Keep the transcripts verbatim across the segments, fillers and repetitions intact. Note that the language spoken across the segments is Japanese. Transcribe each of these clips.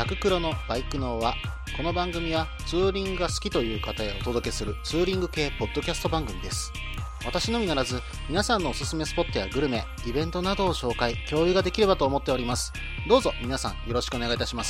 ククロのバイク脳は、この番組はツーリングが好きという方へお届けするツーリング系ポッドキャスト番組です。私のみならず皆さんのおすすめスポットやグルメ、イベントなどを紹介、共有ができればと思っております。どうぞ皆さんよろしくお願いいたします。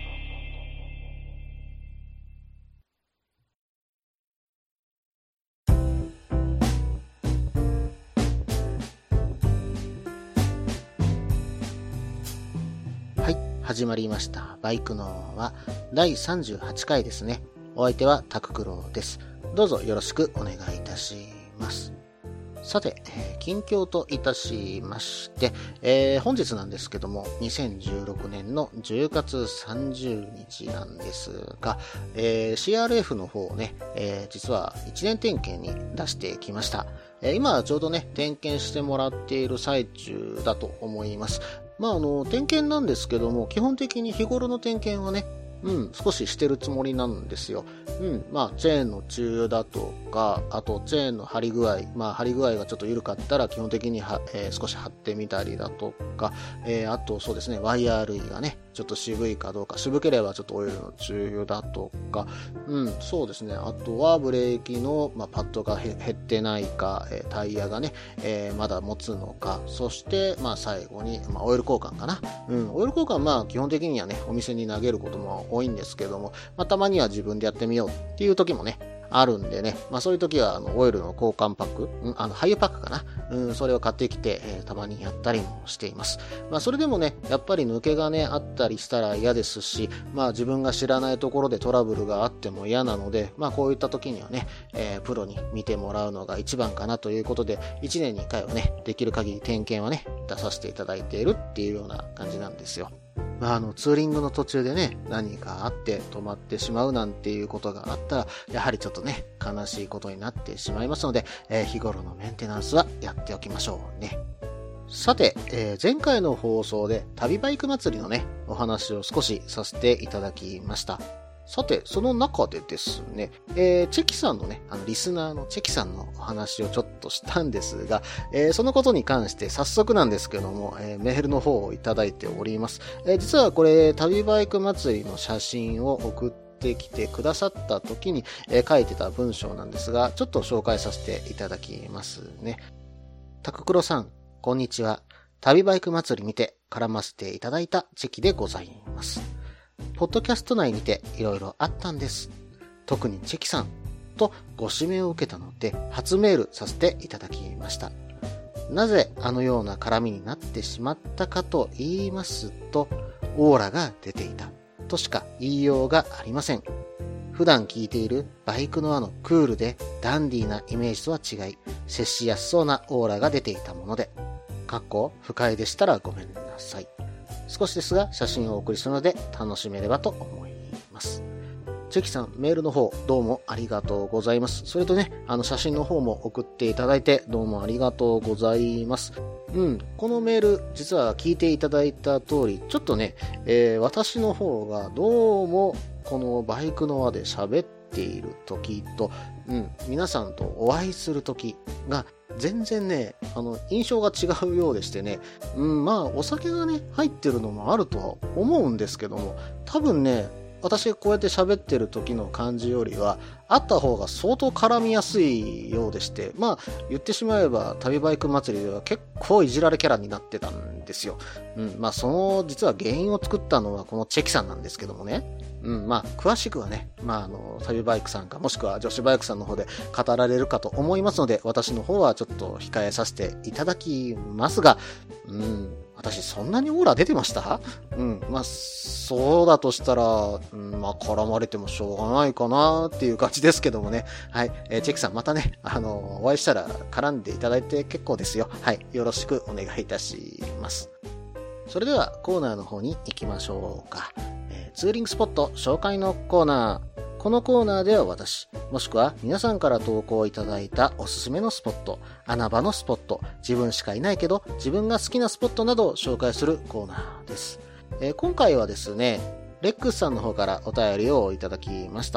はい、始まりました。バイク脳はだいさんじゅうはちかいですね。お相手はタククロです。どうぞよろしくお願いいたします。さて、えー、近況といたしまして、えー、本日なんですけども、にせんじゅうろくねんのじゅうがつさんじゅうにちなんですが、えー、シーアールエフ の方をね、えー、実はいちねん点検に出してきました。えー、今ちょうどね、点検してもらっている最中だと思います。まあ、あの、点検なんですけども、基本的に日頃の点検はね、うん、少ししてるつもりなんですよ。うん、まあ、チェーンの注油だとか、あと、チェーンの張り具合、まあ、張り具合がちょっと緩かったら、基本的には、えー、少し張ってみたりだとか、えー、あと、そうですね、ワイヤー類がね、ちょっと渋いかどうか、渋ければちょっとオイルの注油だとか、うん、そうですね、あとはブレーキの、まあ、パッドが減ってないか、えー、タイヤがね、えー、まだ持つのか、そして、まあ、最後に、まあ、オイル交換かな。うん、オイル交換、まあ、基本的にはね、お店に投げることも多いんですけども、まあ、たまには自分でやってみようっていう時もね、あるんでね、まあそういう時はあのオイルの交換パック、うん、あのハイユパックかな、うん、それを買ってきて、えー、たまにやったりもしています。まあそれでもね、やっぱり抜けがねあったりしたら嫌ですし、まあ自分が知らないところでトラブルがあっても嫌なので、まあこういった時にはね、えー、プロに見てもらうのが一番かなということで、いちねんにいっかいはね、できる限り点検はね、出させていただいているっていうような感じなんですよ。まあ、あのツーリングの途中でね、何かあって止まってしまうなんていうことがあったら、やはりちょっとね、悲しいことになってしまいますので、えー、日頃のメンテナンスはやっておきましょうね。さて、えー、前回の放送で旅バイク祭りのね、お話を少しさせていただきました。さて、その中でですね、えー、チェキさんのね、あの、リスナーのチェキさんのお話をちょっとしたんですが、えー、そのことに関して早速なんですけども、えー、メールの方をいただいております。えー、実はこれ、旅バイク祭りの写真を送ってきてくださった時に、えー、書いてた文章なんですが、ちょっと紹介させていただきますね。タククロさん、こんにちは。旅バイク祭りにて絡ませていただいたチェキでございます。ポッドキャスト内にていろいろあったんです。特にチェキさんとご指名を受けたので初メールさせていただきました。なぜあのような絡みになってしまったかと言いますと、オーラが出ていたとしか言いようがありません。普段聞いているバイクのあのクールでダンディーなイメージとは違い、接しやすそうなオーラが出ていたもので、かっこ不快でしたらごめんなさい。少しですが写真をお送りするので楽しめればと思います。チェキさん、メールの方どうもありがとうございます。それとね、あの写真の方も送っていただいてどうもありがとうございます。うん、このメール実は聞いていただいた通り、ちょっとね、えー、私の方がどうもこのバイクの輪で喋っている時と、うん、皆さんとお会いする時が全然ね、あの、印象が違うようでしてね、うん、まあ、お酒がね、入ってるのもあるとは思うんですけども、多分ね、私がこうやって喋ってる時の感じよりは、あった方が相当絡みやすいようでして、まあ、言ってしまえば、旅バイク祭りでは結構いじられキャラになってたんですよ。うん、まあ、その、実は原因を作ったのはこのチェキさんなんですけどもね。うん、まあ、詳しくはね、まあ、あの、旅バイクさんか、もしくは女子バイクさんの方で語られるかと思いますので、私の方はちょっと控えさせていただきますが、うん、私そんなにオーラ出てました？うん、まあ、そうだとしたら、うん、まあ、絡まれてもしょうがないかなっていう感じですけどもね。はい、えー、チェキさんまたね、あの、お会いしたら絡んでいただいて結構ですよ。はい、よろしくお願いいたします。それではコーナーの方に行きましょうか。ツーリングスポット紹介のコーナー。このコーナーでは私、もしくは皆さんから投稿いただいたおすすめのスポット、穴場のスポット、自分しかいないけど自分が好きなスポットなどを紹介するコーナーです。えー、今回はですね、レックスさんの方からお便りをいただきました。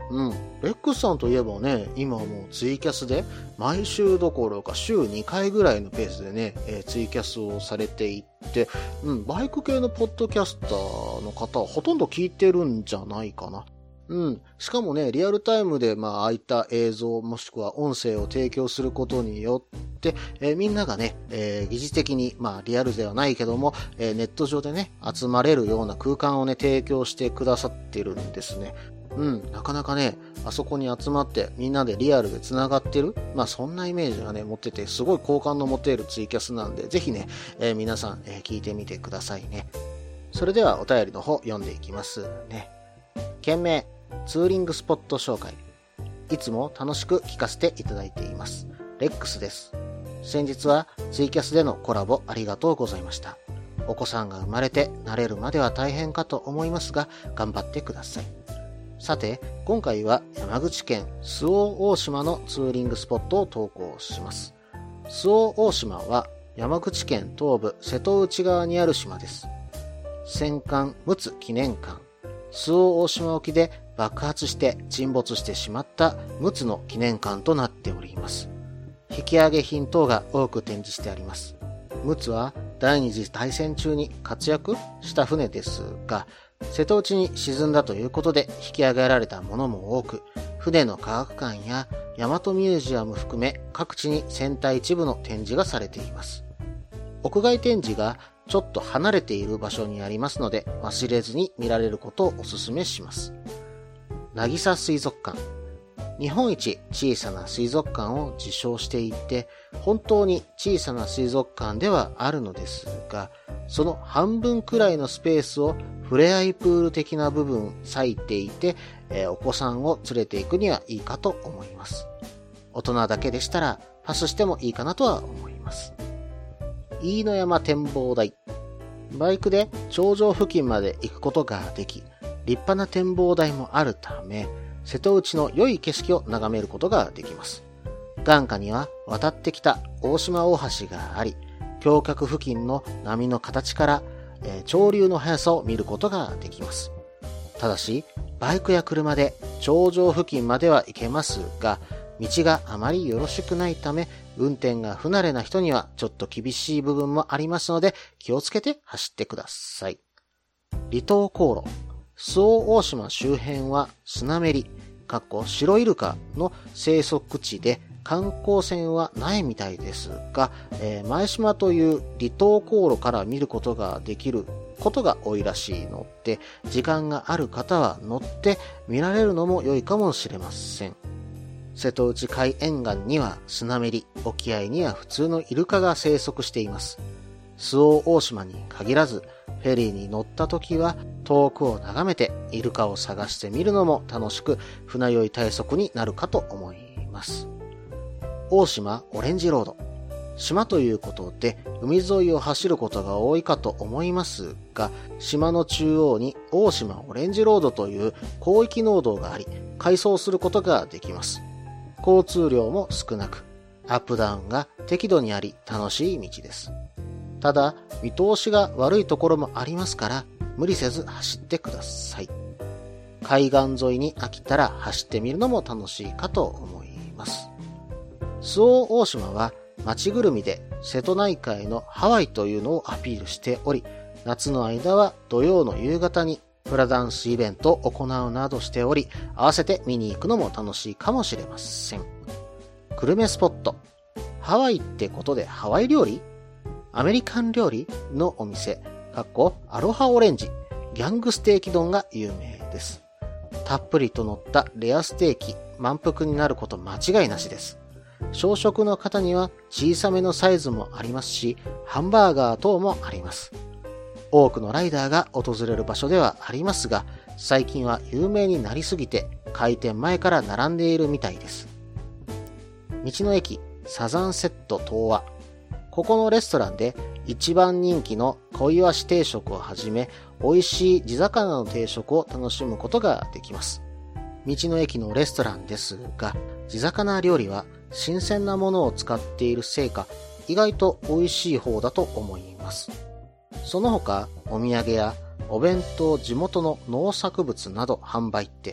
うん。レックスさんといえばね、今はもうツイキャスで毎週どころか週にかいぐらいのペースでね、えー、ツイキャスをされていって、うん、バイク系のポッドキャスターの方はほとんど聞いてるんじゃないかな。うん。しかもね、リアルタイムで、まあ、ああいった映像もしくは音声を提供することによって、えー、みんながね、えー、疑似的に、まあ、リアルではないけども、えー、ネット上でね、集まれるような空間をね、提供してくださってるんですね。うん。なかなかね、あそこに集まってみんなでリアルで繋がってる。まあ、そんなイメージがね、持ってて、すごい好感の持てるツイキャスなんで、ぜひね、えー、皆さん、えー、聞いてみてくださいね。それではお便りの方読んでいきますね。件名、ツーリングスポット紹介。いつも楽しく聞かせていただいています。レックスです。先日はツイキャスでのコラボありがとうございました。お子さんが生まれて慣れるまでは大変かと思いますが、頑張ってください。さて、今回は山口県周防大島のツーリングスポットを投稿します。周防大島は山口県東部瀬戸内側にある島です。戦艦陸奥記念館、周防大島沖で爆発して沈没してしまった陸奥の記念館となっております。引き上げ品等が多く展示してあります。陸奥は第二次大戦中に活躍した船ですが、瀬戸内に沈んだということで引き上げられたものも多く、船の科学館や大和ミュージアム含め各地に船体一部の展示がされています。屋外展示がちょっと離れている場所にありますので、忘れずに見られることをお勧めします。渚水族館。日本一小さな水族館を自称していて、本当に小さな水族館ではあるのですが、その半分くらいのスペースをふれあいプール的な部分割いていて、えー、お子さんを連れて行くにはいいかと思います。大人だけでしたらパスしてもいいかなとは思います。飯野山展望台。バイクで頂上付近まで行くことができ、立派な展望台もあるため、瀬戸内の良い景色を眺めることができます。眼下には渡ってきた大島大橋があり、橋脚付近の波の形から、えー、潮流の速さを見ることができます。ただし、バイクや車で頂上付近までは行けますが、道があまりよろしくないため、運転が不慣れな人にはちょっと厳しい部分もありますので、気をつけて走ってください。離島航路。周防大島周辺はスナメリ、かっこ白イルカの生息地で、観光船はないみたいですが、えー、前島という離島航路から見ることができることが多いらしいので、時間がある方は乗って見られるのも良いかもしれません。瀬戸内海沿岸にはスナメリ、沖合には普通のイルカが生息しています。周防大島に限らず、フェリーに乗った時は遠くを眺めてイルカを探してみるのも楽しく、船酔い対策になるかと思います。大島オレンジロード。島ということで海沿いを走ることが多いかと思いますが、島の中央に大島オレンジロードという広域農道があり、回送することができます。交通量も少なく、アップダウンが適度にあり楽しい道です。ただ、見通しが悪いところもありますから、無理せず走ってください。海岸沿いに飽きたら走ってみるのも楽しいかと思います。周防大島は町ぐるみで瀬戸内海のハワイというのをアピールしており、夏の間は土曜の夕方にフラダンスイベントを行うなどしており、合わせて見に行くのも楽しいかもしれません。グルメスポット。ハワイってことでハワイ料理？アメリカン料理のお店、かっこアロハオレンジ、ギャングステーキ丼が有名です。たっぷりと乗ったレアステーキ、満腹になること間違いなしです。小食の方には小さめのサイズもありますし、ハンバーガー等もあります。多くのライダーが訪れる場所ではありますが、最近は有名になりすぎて開店前から並んでいるみたいです。道の駅サザンセット東和。ここのレストランで一番人気の小イワシ定食をはじめ、美味しい地魚の定食を楽しむことができます。道の駅のレストランですが、地魚料理は新鮮なものを使っているせいか、意外と美味しい方だと思います。その他、お土産やお弁当、地元の農作物など販売って、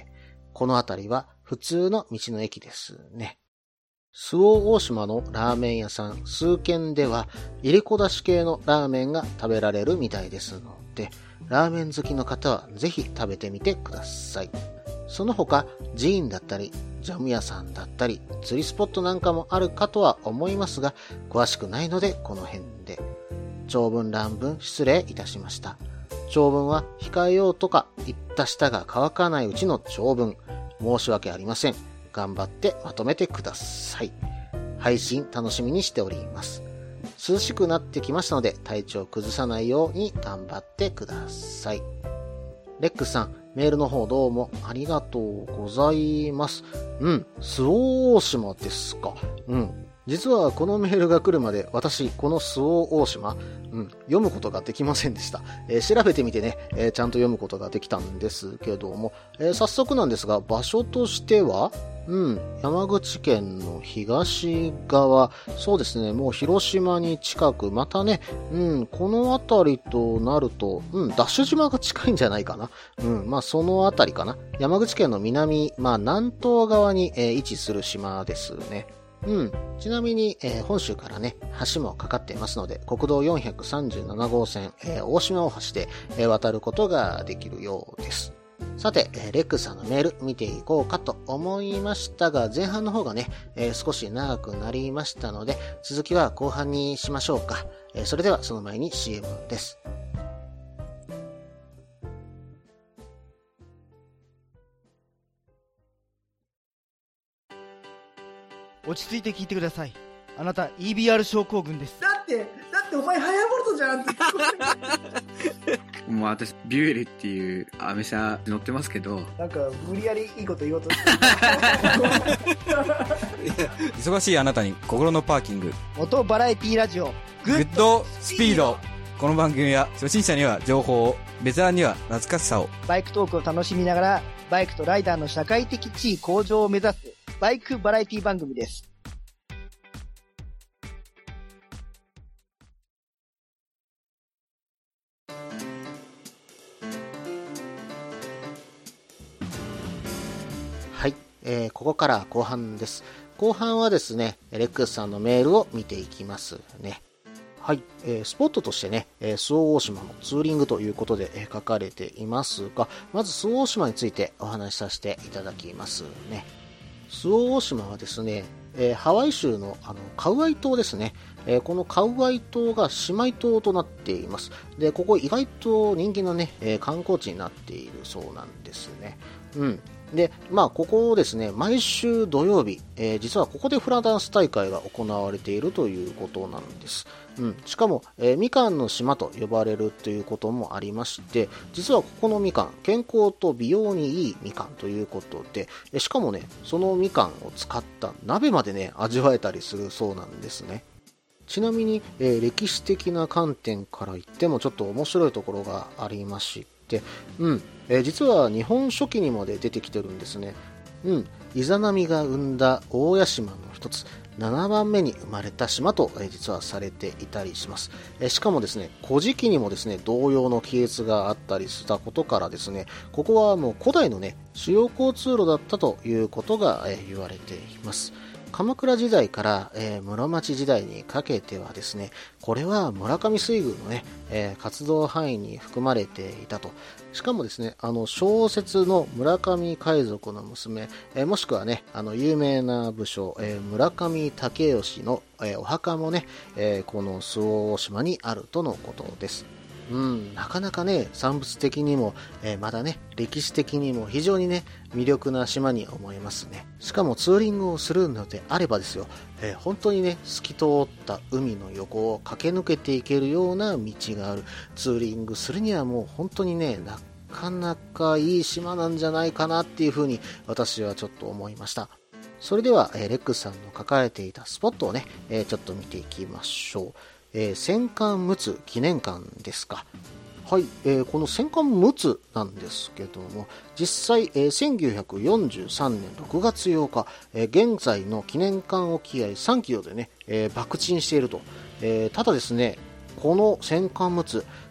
この辺りは普通の道の駅ですね。周防大島のラーメン屋さん数軒では、いりこだし系のラーメンが食べられるみたいですので、ラーメン好きの方はぜひ食べてみてください。その他、寺院だったり、ジャム屋さんだったり、釣りスポットなんかもあるかとは思いますが、詳しくないのでこの辺で。長文乱文失礼いたしました。長文は控えようとか言った舌が乾かないうちの長文。申し訳ありません。頑張ってまとめてください。配信楽しみにしております。涼しくなってきましたので体調崩さないように頑張ってください。レックスさん、メールの方どうもありがとうございます。うん、周防大島ですか。うん。実はこのメールが来るまで私、この周防大島、うん、読むことができませんでした。えー、調べてみてね、えー、ちゃんと読むことができたんですけども、えー、早速なんですが、場所としては、うん、山口県の東側、そうですね、もう広島に近く、またね、うん、この辺りとなると、うん、ダッシュ島が近いんじゃないかな。うん、まあその辺りかな。山口県の南、まあ南東側に、えー、位置する島ですね。うん。ちなみに、えー、本州からね、橋もかかっていますので、国道よんひゃくさんじゅうななごうせん、えー、大島大橋で、えー、渡ることができるようです。さて、えー、レックスさんのメール見ていこうかと思いましたが、前半の方がね、えー、少し長くなりましたので、続きは後半にしましょうか。えー、それではその前に シーエム です。 落ち着いて聞いてください。あなた イービーアール 症候群です。 だってだってお前ハヤボルトじゃんってもう私ビュエルっていうアメ車乗ってますけど、 なんか無理やりいいこと言おうとして忙しいあなたに心のパーキング、 元バラエティラジオグッドスピード。この番組は初心者には情報を、ベテランには懐かしさを、 バイクトークを楽しみながらバイクとライダーの社会的地位向上を目指すバイクバラエティ番組です。 はい、えー、ここから後半です。後半はですね、レックスさんのメールを見ていきますね。はい、えー、スポットとしてね、えー、周防大島のツーリングということで、えー、書かれていますが、まず周防大島についてお話しさせていただきますね。周防大島はですね、えー、ハワイ州のあのカウアイ島ですね、えー、このカウアイ島が姉妹島となっています。で、ここ意外と人気のね、えー、観光地になっているそうなんですね。うん。で、まあ、ここをですね、毎週土曜日、えー、実はここでフラダンス大会が行われているということなんです。うん。しかも、えー、みかんの島と呼ばれるということもありまして、実はここのみかん、健康と美容にいいみかんということで、えしかもね、そのみかんを使った鍋までね、味わえたりするそうなんですね。ちなみに、えー、歴史的な観点から言ってもちょっと面白いところがありまして、うん、えー、実は日本書紀にまで出てきてるんですね。うん、イザナミが生んだ大屋島の一つ、ななばんめに生まれた島と、えー、実はされていたりします。えー、しかもですね、古事記にもですね、同様の記述があったりしたことからですね、ここはもう古代のね、主要交通路だったということが、えー、言われています。鎌倉時代から、えー、室町時代にかけてはですね、これは村上水軍のね、えー、活動範囲に含まれていたと。しかもですね、あの小説の村上海賊の娘、えー、もしくはね、あの有名な武将、えー、村上武義の、えー、お墓もね、えー、この周防大島にあるとのことです。うん、なかなかね、産物的にも、えー、まだね、歴史的にも非常にね、魅力な島に思いますね。しかもツーリングをするのであればですよ、えー、本当にね、透き通った海の横を駆け抜けていけるような道がある。ツーリングするにはもう本当にね、なかなかいい島なんじゃないかなっていうふうに私はちょっと思いました。それでは、えー、レックスさんの書かれていたスポットをね、えー、ちょっと見ていきましょう。えー、戦艦陸奥記念館ですか。はい、えー、この戦艦陸奥なんですけども、実際、えー、せんきゅうひゃくよんじゅうさんねんろくがつようか、えー、現在の記念艦沖合さんキロでね、えー、爆沈していると。えー、ただですね、この戦艦陸奥、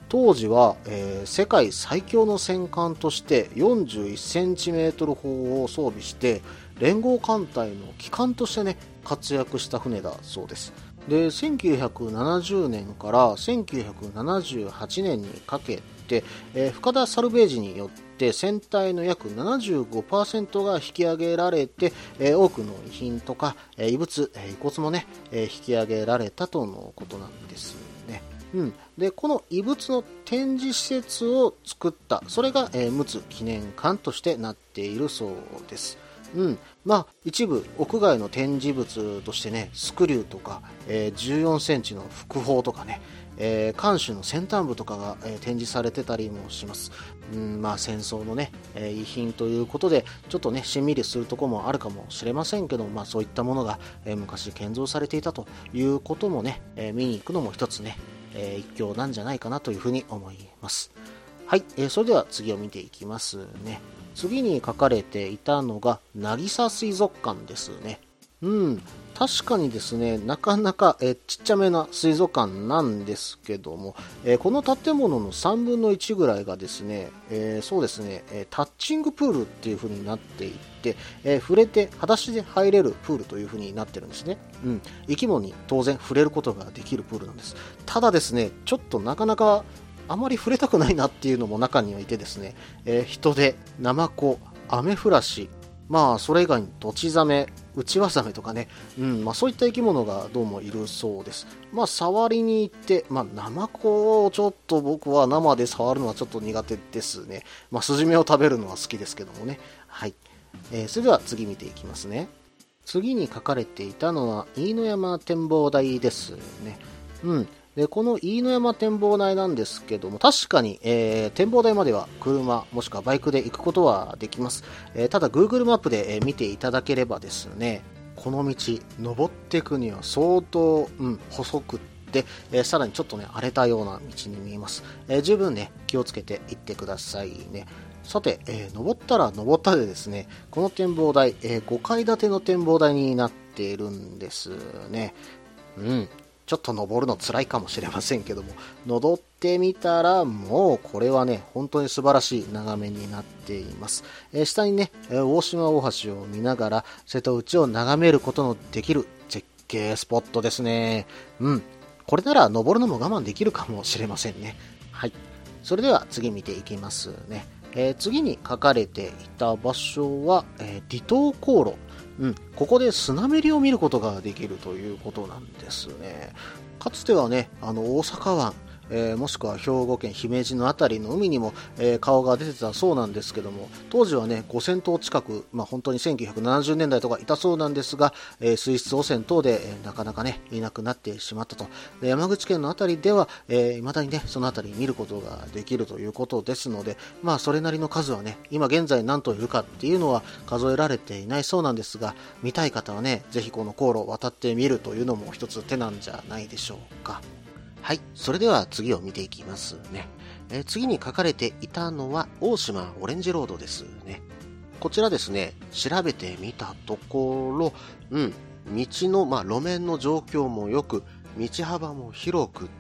当時は、えー、世界最強の戦艦としてよんじゅういちセンチメートル砲を装備して連合艦隊の旗艦としてね活躍した船だそうです。でせんきゅうひゃくななじゅうねんからせんきゅうひゃくななじゅうはちねんにかけて、えー、深田サルベージによって船体の約 ななじゅうごパーセント が引き上げられて、えー、多くの遺品とか、えー、遺物、えー、遺骨もね、えー、引き上げられたとのことなんですね。うん、でこの遺物の展示施設を作ったそれが、えー、陸奥記念館としてなっているそうです。うん、まあ一部屋外の展示物としてねスクリューとか、えー、じゅうよんセンチの副砲とかね、えー、艦首の先端部とかが、えー、展示されてたりもします。うん、まあ戦争のね、えー、遺品ということでちょっとねしんみりするところもあるかもしれませんけど、まあそういったものが、えー、昔建造されていたということもね、えー、見に行くのも一つね、えー、一興なんじゃないかなというふうに思います。はい、えー、それでは次を見ていきますね。次に書かれていたのが渚水族館ですね。うん、確かにですね、なかなか、えー、ちっちゃめな水族館なんですけども、えー、この建物のさんぶんのいちぐらいがですね、えー、そうですね、えー、タッチングプールっていう風になっていて、えー、触れて裸足で入れるプールという風になってるんですね。うん、生き物に当然触れることができるプールなんです。ただですね、ちょっとなかなかあまり触れたくないなっていうのも中にはいてですね、えー、人手、ナマコ、アメフラシ、まあそれ以外にドチザメ、ウチワザメとかね、うんまあ、そういった生き物がどうもいるそうです。まあ触りに行って、まあナマコをちょっと僕は生で触るのはちょっと苦手ですね。まあスジメを食べるのは好きですけどもね。はい。えー、それでは次見ていきますね。次に書かれていたのは飯野山展望台ですね。うん。でこの飯野山展望台なんですけども、確かに、えー、展望台までは車もしくはバイクで行くことはできます。えー、ただ Google マップで、えー、見ていただければですね、この道登っていくには相当、うん、細くって、えー、さらにちょっとね荒れたような道に見えます。えー、十分ね気をつけて行ってくださいね。さて、えー、登ったら登ったでですね、この展望台、えー、ごかい建ての展望台になっているんですね。うんちょっと登るの辛いかもしれませんけども、登ってみたらもうこれはね本当に素晴らしい眺めになっています。えー、下にね大島大橋を見ながら瀬戸内を眺めることのできる絶景スポットですね。うんこれなら登るのも我慢できるかもしれませんね。はい、それでは次見ていきますね。えー、次に書かれていた場所は、えー、離島航路。うん、ここでスナメリを見ることができるということなんですね。かつてはね、あの大阪湾、えー、もしくは兵庫県姫路のあたりの海にも、えー、顔が出てたそうなんですけども、当時はねごせんとう近く、まあ、本当にせんきゅうひゃくななじゅうねんだいとかいたそうなんですが、えー、水質汚染等で、えー、なかなかねいなくなってしまったと。で山口県のあたりでは、えー、未だにねそのあたり見ることができるということですので、まあそれなりの数はね今現在何頭いるかっていうのは数えられていないそうなんですが、見たい方はねぜひこの航路を渡ってみるというのも一つ手なんじゃないでしょうか。はい、それでは次を見ていきますね。えー、次に書かれていたのは大島オレンジロードですね。こちらですね、調べてみたところ、うん、道の、まあ、路面の状況も良く、道幅も広くって、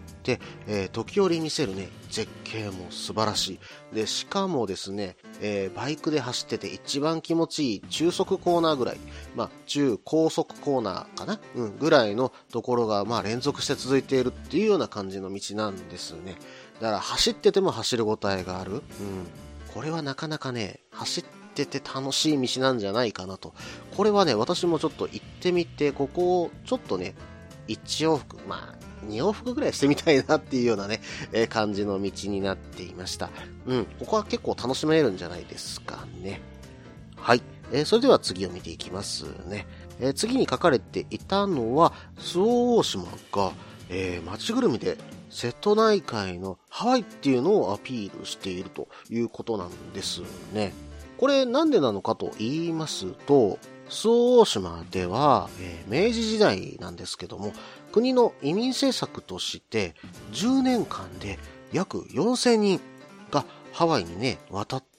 えー、時折見せるね、絶景も素晴らしい。で、しかもですね、えー、バイクで走ってて一番気持ちいい中速コーナーぐらい、まあ、中高速コーナーかな、うん、ぐらいのところが、まあ、連続して続いているっていうような感じの道なんですね。だから走ってても走る応えがある。うん。これはなかなかね、走ってて楽しい道なんじゃないかなと。これはね、私もちょっと行ってみて、ここをちょっとね、一往復、まあ、二往復ぐらいしてみたいなっていうようなね、えー、感じの道になっていました。うん、ここは結構楽しめるんじゃないですかね。はい、えー、それでは次を見ていきますね。えー、次に書かれていたのは、周防大島が、えー、町ぐるみで瀬戸内海のハワイっていうのをアピールしているということなんですね。これなんでなのかと言いますと、周防大島では、えー、明治時代なんですけども、国の移民政策としてじゅうねんかんで約よんせんにんがハワイにね渡っ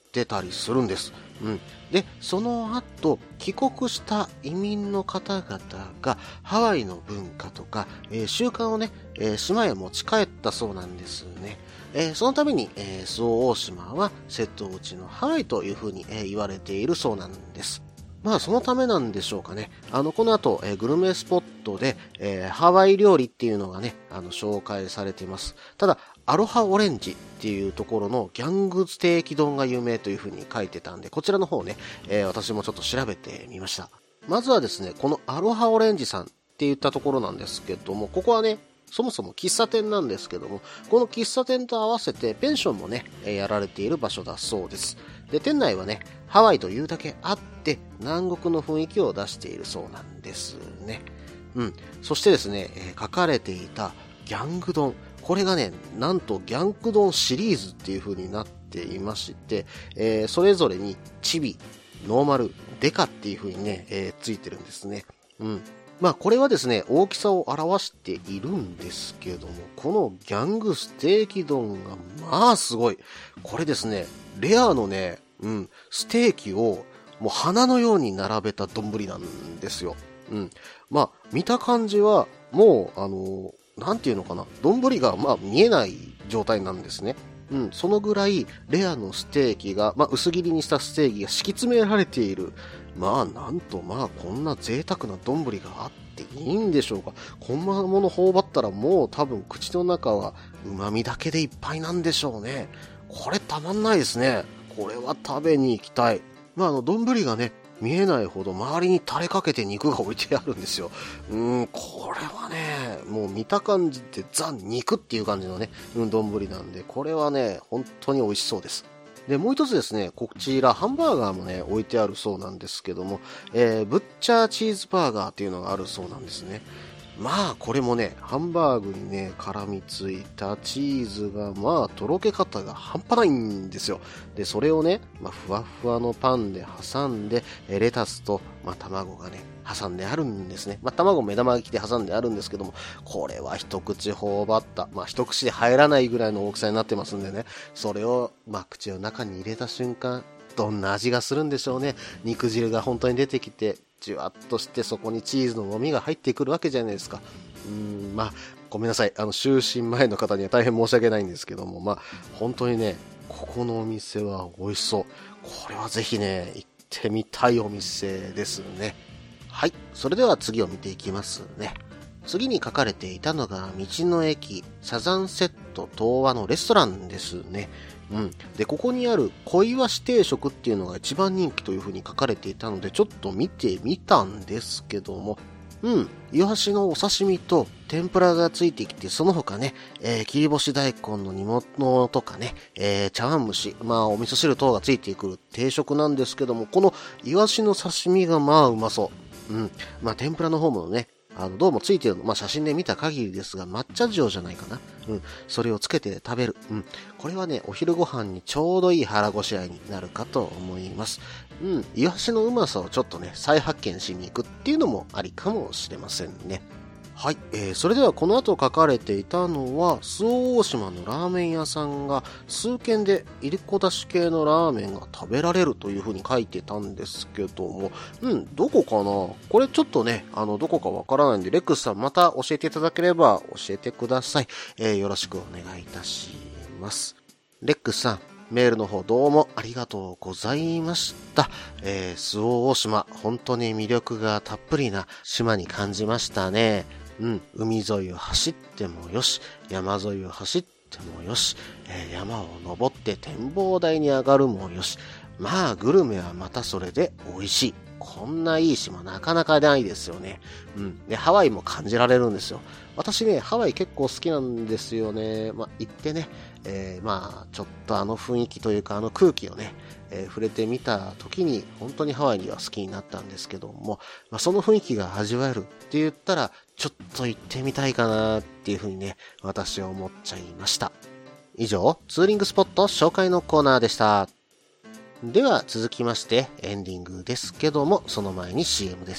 ってたりするんです。うん。で、その後、帰国した移民の方々がハワイの文化とか、えー、習慣をね、えー、島へ持ち帰ったそうなんですね。えー、そのために、えー、周防大島は瀬戸内のハワイというふうに、えー、言われているそうなんです。まあそのためなんでしょうかね。あの、この後、えー、グルメスポットで、えー、ハワイ料理っていうのがね、あの、紹介されています。ただ、アロハオレンジっていうところのギャングステーキ丼が有名というふうに書いてたんで、こちらの方ね、えー、私もちょっと調べてみました。まずはですね、このアロハオレンジさんって言ったところなんですけども、ここはね、そもそも喫茶店なんですけども、この喫茶店と合わせてペンションもね、やられている場所だそうです。で、店内はね、ハワイというだけあって、南国の雰囲気を出しているそうなんですね。うん。そしてですね、えー、書かれていたギャング丼。これがね、なんとギャング丼シリーズっていう風になっていまして、えー、それぞれにチビ、ノーマル、デカっていう風にね、えー、ついてるんですね。うん。まあこれはですね、大きさを表しているんですけども、このギャングステーキ丼がまあすごい。これですね、レアのね、うん、ステーキをもう花のように並べた丼なんですよ。うん。まあ見た感じはもうあの、なんていうのかな、丼がまあ見えない状態なんですね。うん、そのぐらいレアのステーキが、まあ薄切りにしたステーキが敷き詰められている。まあなんとまあこんな贅沢な丼があっていいんでしょうか。こんなもの頬張ったらもう多分口の中は旨味だけでいっぱいなんでしょうね。これたまんないですね。これは食べに行きたい。まああの丼がね、見えないほど周りに垂れかけて肉が置いてあるんですよ。うーん、これはね、もう見た感じでザ肉っていう感じのね、うん、丼なんで、これはね、本当に美味しそうです。で、もう一つですね、こちらハンバーガーもね、置いてあるそうなんですけども、えー、ブッチャーチーズバーガーっていうのがあるそうなんですね。まあ、これもね、ハンバーグにね、絡みついたチーズが、まあ、とろけ方が半端ないんですよ。で、それをね、まあ、ふわふわのパンで挟んで、レタスと、まあ、卵がね、挟んであるんですね。まあ、卵目玉焼きで挟んであるんですけども、これは一口頬張った、まあ、一口で入らないぐらいの大きさになってますんでね、それを、まあ、口の中に入れた瞬間、どんな味がするんでしょうね。肉汁が本当に出てきて、じゅわっとしてそこにチーズの旨味が入ってくるわけじゃないですか。うーん、まあ、ごめんなさい。あの、就寝前の方には大変申し訳ないんですけども、まあ、本当にね、ここのお店は美味しそう。これはぜひね、行ってみたいお店ですね。はい。それでは次を見ていきますね。次に書かれていたのが、道の駅、サザンセット東和のレストランですね。うん。で、ここにある小イワシ定食っていうのが一番人気という風に書かれていたので、ちょっと見てみたんですけども、うん。イワシのお刺身と天ぷらがついてきて、その他ね、えー、切り干し大根の煮物とかね、えー、茶碗蒸し、まあ、お味噌汁等がついてくる定食なんですけども、このイワシの刺身がまあうまそう。うん。まあ、天ぷらの方もね、あの、どうもついてるの、まあ、写真で見た限りですが、抹茶塩じゃないかな。うん。それをつけて食べる。うん。これはね、お昼ご飯にちょうどいい腹ごしらえになるかと思います。うん。イワシのうまさをちょっとね、再発見しに行くっていうのもありかもしれませんね。はい、えー、それではこの後書かれていたのは、周防大島のラーメン屋さんが数軒でいりこだし系のラーメンが食べられるという風に書いてたんですけども、うん、どこかな？これちょっとね、あの、どこかわからないんで、レックスさんまた教えていただければ教えてください。えー、よろしくお願いいたします。レックスさん、メールの方どうもありがとうございました。えー、周防大島、本当に魅力がたっぷりな島に感じましたね。うん、海沿いを走ってもよし、山沿いを走ってもよし、えー、山を登って展望台に上がるもよし、まあグルメはまたそれで美味しい。こんないい島なかなかないですよね。うん。で、ハワイも感じられるんですよ。私ね、ハワイ結構好きなんですよね。まあ、行ってね、えー、まあ、ちょっとあの雰囲気というか、あの空気をね、えー、触れてみた時に、本当にハワイには好きになったんですけども、まあ、その雰囲気が味わえるって言ったら、ちょっと行ってみたいかなっていうふうにね、私は思っちゃいました。以上、ツーリングスポット紹介のコーナーでした。では続きましてエンディングですけども、その前に シーエム です。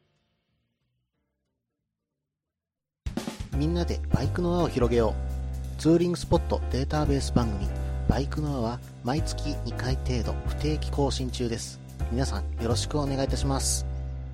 みんなでバイクの輪を広げよう。 ツーリングスポットデータベース番組バイクノアは毎月にかい程度不定期更新中です。皆さんよろしくお願いいたします。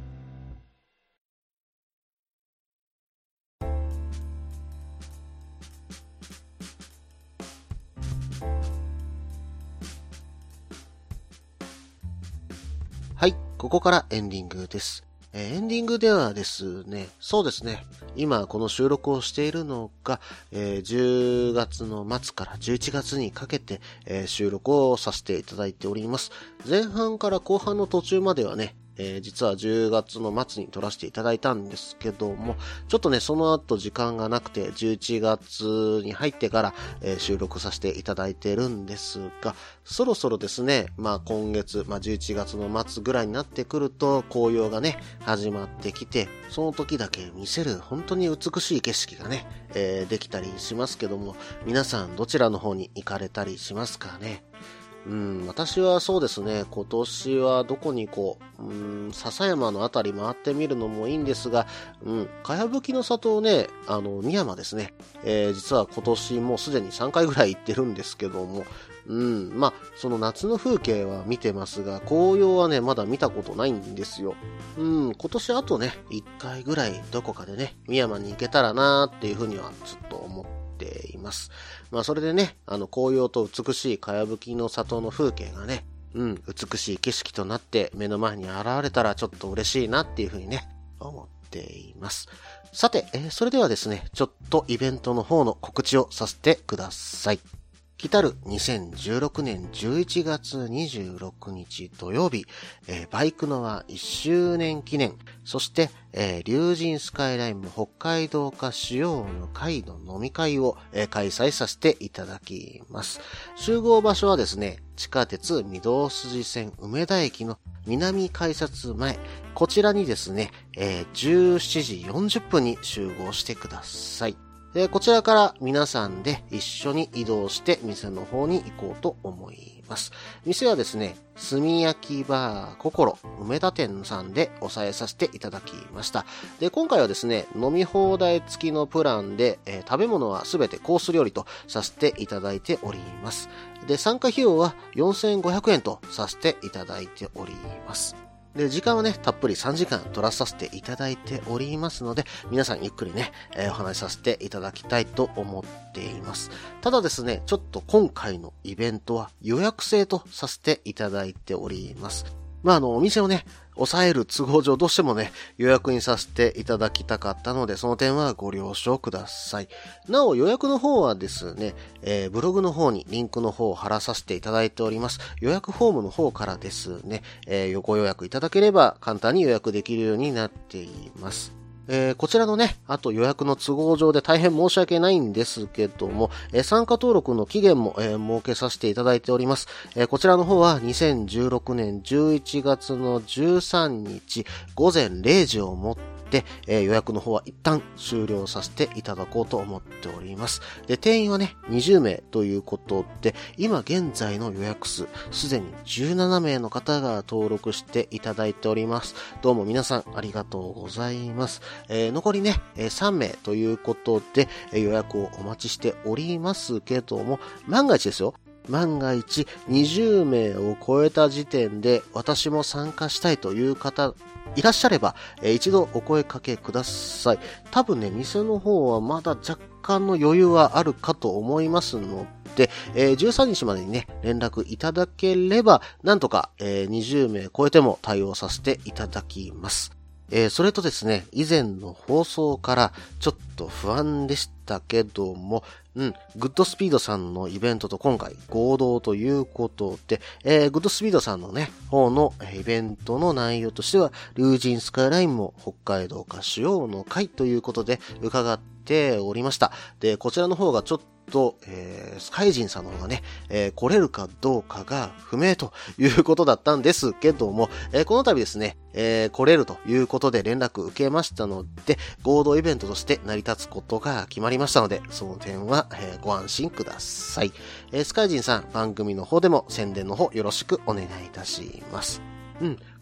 はい、ここからエンディングです。えー、エンディングではですね、そうですね、今この収録をしているのが、えー、じゅうがつの末からじゅういちがつにかけて、えー、収録をさせていただいております。前半から後半の途中まではね、えー、実はじゅうがつの末に撮らせていただいたんですけども、ちょっとね、その後時間がなくて、じゅういちがつに入ってから、えー、収録させていただいてるんですが、そろそろですね、まあ今月、まあじゅういちがつの末ぐらいになってくると、紅葉がね、始まってきて、その時だけ見せる本当に美しい景色がね、えー、できたりしますけども、皆さんどちらの方に行かれたりしますかね。うん、私はそうですね、今年はどこに行こう、うん、笹山のあたり回ってみるのもいいんですが、うん、かやぶきの里をね、あの、深山ですね、えー、実は今年もうすでにさんかいぐらい行ってるんですけども、うん、まあ、その夏の風景は見てますが、紅葉はね、まだ見たことないんですよ。うん、今年あとね、いっかいぐらいどこかでね、深山に行けたらなーっていうふうにはちょっと思っています。まあそれでね、あの紅葉と美しいかやぶきの里の風景がね、うん、美しい景色となって目の前に現れたらちょっと嬉しいなっていうふうにね、思っています。さて、えー、それではですね、ちょっとイベントの方の告知をさせてください。来たるにせんじゅうろくねんじゅういちがつにじゅうろくにち土曜日、えー、バイクノアいっしゅうねん記念、そして、えー、竜神スカイラインも北海道化主要の会の飲み会を、えー、開催させていただきます。集合場所はですね、地下鉄御堂筋線梅田駅の南改札前、こちらにですね、えー、じゅうしちじよんじゅっぷんに集合してください。で、こちらから皆さんで一緒に移動して店の方に行こうと思います。店はですね、炭焼きバー心梅田店さんで抑えさせていただきました。で、今回はですね、飲み放題付きのプランで、えー、食べ物はすべてコース料理とさせていただいております。で、参加費用はよんせんごひゃくえんとさせていただいております。で、時間はね、たっぷりさんじかん取らさせていただいておりますので、皆さんゆっくりね、えー、お話しさせていただきたいと思っています。ただですね、ちょっと今回のイベントは予約制とさせていただいております。まあ、あの、お店をね、抑える都合上どうしてもね、予約にさせていただきたかったので、その点はご了承ください。なお予約の方はですね、えー、ブログの方にリンクの方を貼らさせていただいております。予約フォームの方からですね、えー、ご予約いただければ簡単に予約できるようになっています。えー、こちらのね、あと予約の都合上で大変申し訳ないんですけども、えー、参加登録の期限も、えー、設けさせていただいております。えー、こちらの方はにせんじゅうろくねんじゅういちがつのじゅうさんにちごぜんれいじをもって、えー、予約の方は一旦終了させていただこうと思っております。で、定員はね、にじゅうめいということで、今現在の予約数、すでにじゅうななめいの方が登録していただいております。どうも皆さんありがとうございます。えー、残りね、えー、さんめいということで、えー、予約をお待ちしておりますけども、万が一ですよ。万が一にじゅうめいを超えた時点で私も参加したいという方いらっしゃれば、えー、一度お声かけください。多分ね、店の方はまだ若干の余裕はあるかと思いますので、えー、じゅうさんにちまでにね、連絡いただければ、なんとか、えー、にじゅうめい超えても対応させていただきます。えー、それとですね、以前の放送からちょっと不安でしたけども、うん、グッドスピードさんのイベントと今回合同ということで、えー、グッドスピードさんのね、方のイベントの内容としては、竜神スカイラインも北海道化主要の会ということで伺っておりました。で、こちらの方がちょっとと、えー、スカイジンさんの方がね、えー、来れるかどうかが不明ということだったんですけども、えー、この度ですね、えー、来れるということで連絡受けましたので、合同イベントとして成り立つことが決まりましたので、その点は、えー、ご安心ください。えー、スカイジンさん、番組の方でも宣伝の方よろしくお願いいたします。うん。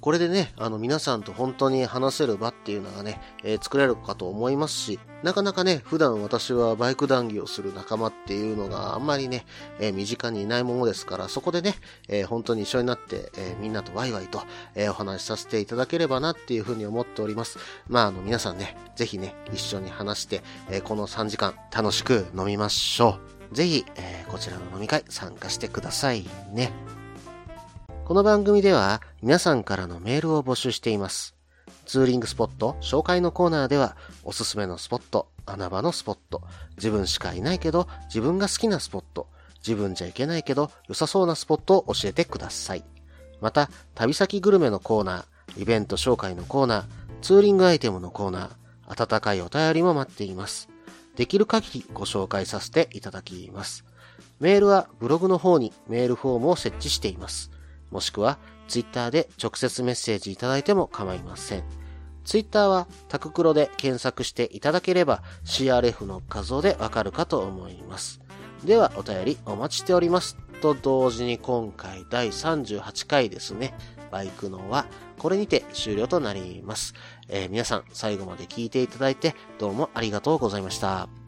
これでね、あの皆さんと本当に話せる場っていうのがね、えー、作れるかと思いますし、なかなかね、普段私はバイク談義をする仲間っていうのがあんまりね、えー、身近にいないものですから、そこでね、えー、本当に一緒になって、えー、みんなとワイワイと、えー、お話しさせていただければなっていうふうに思っております。まあ、あの皆さんね、ぜひね、一緒に話して、えー、このさんじかん楽しく飲みましょう。ぜひ、えー、こちらの飲み会参加してくださいね。この番組では皆さんからのメールを募集しています。ツーリングスポット紹介のコーナーではおすすめのスポット、穴場のスポット、自分しかいないけど自分が好きなスポット、自分じゃいけないけど良さそうなスポットを教えてください。また、旅先グルメのコーナー、イベント紹介のコーナー、ツーリングアイテムのコーナー、温かいお便りも待っています。できる限りご紹介させていただきます。メールはブログの方にメールフォームを設置しています。もしくは、ツイッターで直接メッセージいただいても構いません。ツイッターは、タククロで検索していただければ、シーアールエフ の画像でわかるかと思います。では、お便りお待ちしております。と同時に今回だいさんじゅうはちかいですね。バイクのは、これにて終了となります。えー、皆さん、最後まで聞いていただいて、どうもありがとうございました。